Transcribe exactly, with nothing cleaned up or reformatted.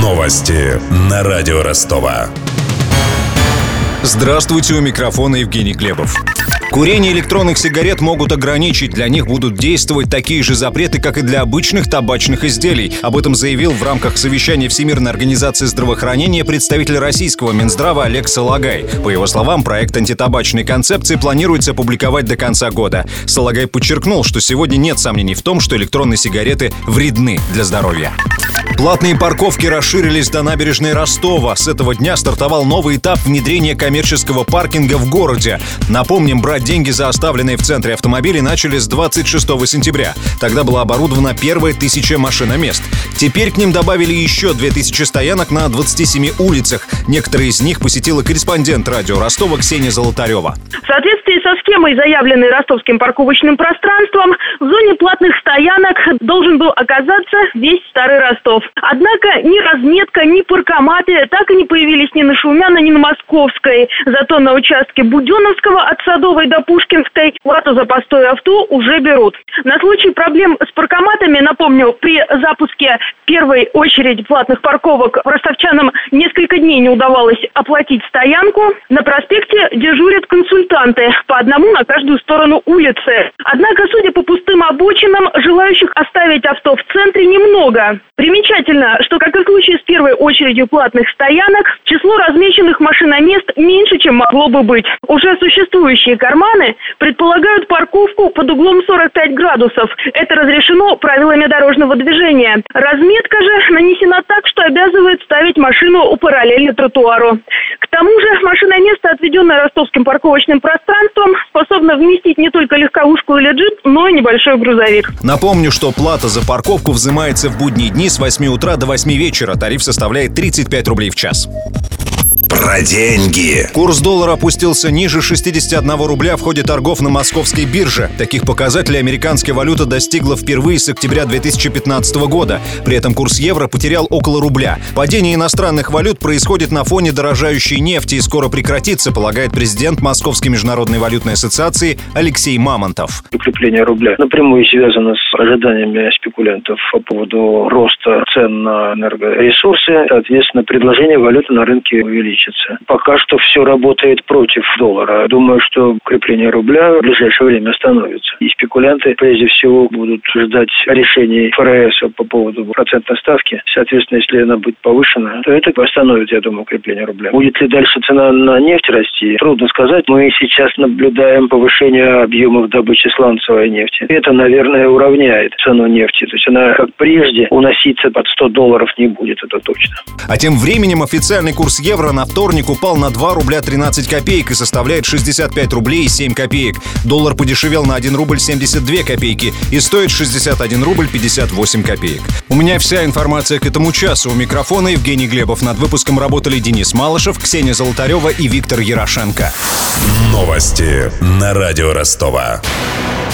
Новости на радио Ростова. Здравствуйте, у микрофона Евгений Глебов. Курение электронных сигарет могут ограничить. Для них будут действовать такие же запреты, как и для обычных табачных изделий. Об этом заявил в рамках совещания Всемирной организации здравоохранения представитель российского Минздрава Олег Салагай. По его словам, проект антитабачной концепции планируется опубликовать до конца года. Салагай подчеркнул, что сегодня нет сомнений в том, что электронные сигареты вредны для здоровья. Платные парковки расширились до набережной Ростова. С этого дня стартовал новый этап внедрения коммерческого паркинга в городе. Напомним, брать деньги за оставленные в центре автомобили начали с двадцать шестого сентября. Тогда была оборудована первая тысяча машиномест. Теперь к ним добавили еще две тысячи стоянок на двадцати семи улицах. Некоторые из них посетила корреспондент радио Ростова Ксения Золотарева. В соответствии со схемой, заявленной ростовским парковочным пространством, в зоне платных стоянок должен был оказаться весь старый Ростов. Однако ни разметка, ни паркоматы так и не появились ни на Шумяна, ни на Московской. Зато на участке Буденновского от Садовой до Пушкинской плату за постой авто уже берут. На случай проблем с паркоматами, напомню, при запуске первой очереди платных парковок ростовчанам несколько дней не удавалось оплатить стоянку. На проспекте дежурят консультанты, по одному на каждую сторону улицы. Однако, судя по пустым обочинам, желающих оставить авто в центре немного. Примечательно, что, как и в случае с первой очередью платных стоянок, число размещенных машиномест меньше, чем могло бы быть. Уже существующие карманы предполагают парковку под углом сорок пять градусов. Это разрешено правилами дорожного движения. Разметка же нанесена так, что обязывает ставить машину параллельно тротуару. К тому же машиноместо, отведенное ростовским парковочным пространством, способно вместить не только легковушку или джип, но и небольшой грузовик. Напомню, что плата за парковку взимается в будние дни с восьми утра до восьми вечера. Тариф составляет тридцать пять рублей в час. Про деньги. Курс доллара опустился ниже шестидесяти одного рубля в ходе торгов на московской бирже. Таких показателей американская валюта достигла впервые с октября две тысячи пятнадцатого года. При этом курс евро потерял около рубля. Падение иностранных валют происходит на фоне дорожающей нефти и скоро прекратится, полагает президент Московской международной валютной ассоциации Алексей Мамонтов. Укрепление рубля напрямую связано с ожиданиями спекулянтов по поводу роста цен на энергоресурсы. Соответственно, предложение валюты на рынке увеличится. Пока что все работает против доллара. Думаю, что укрепление рубля в ближайшее время остановится. И спекулянты, прежде всего, будут ждать решений ФРС по поводу процентной ставки. Соответственно, если она будет повышена, то это остановит, я думаю, укрепление рубля. Будет ли дальше цена на нефть расти? Трудно сказать. Мы сейчас наблюдаем повышение объемов добычи сланцевой нефти. Это, наверное, уравняет цену нефти. То есть она, как прежде, уноситься под сто долларов не будет, это точно. А тем временем официальный курс евро на вторник упал на два рубля тринадцать копеек и составляет шестьдесят пять рублей и семь копеек. Доллар подешевел на один рубль семьдесят две копейки и стоит шестьдесят один рубль пятьдесят восемь копеек. У меня вся информация к этому часу. У микрофона Евгений Глебов. Над выпуском работали Денис Малышев, Ксения Золотарева и Виктор Ярошенко. Новости на радио Ростова.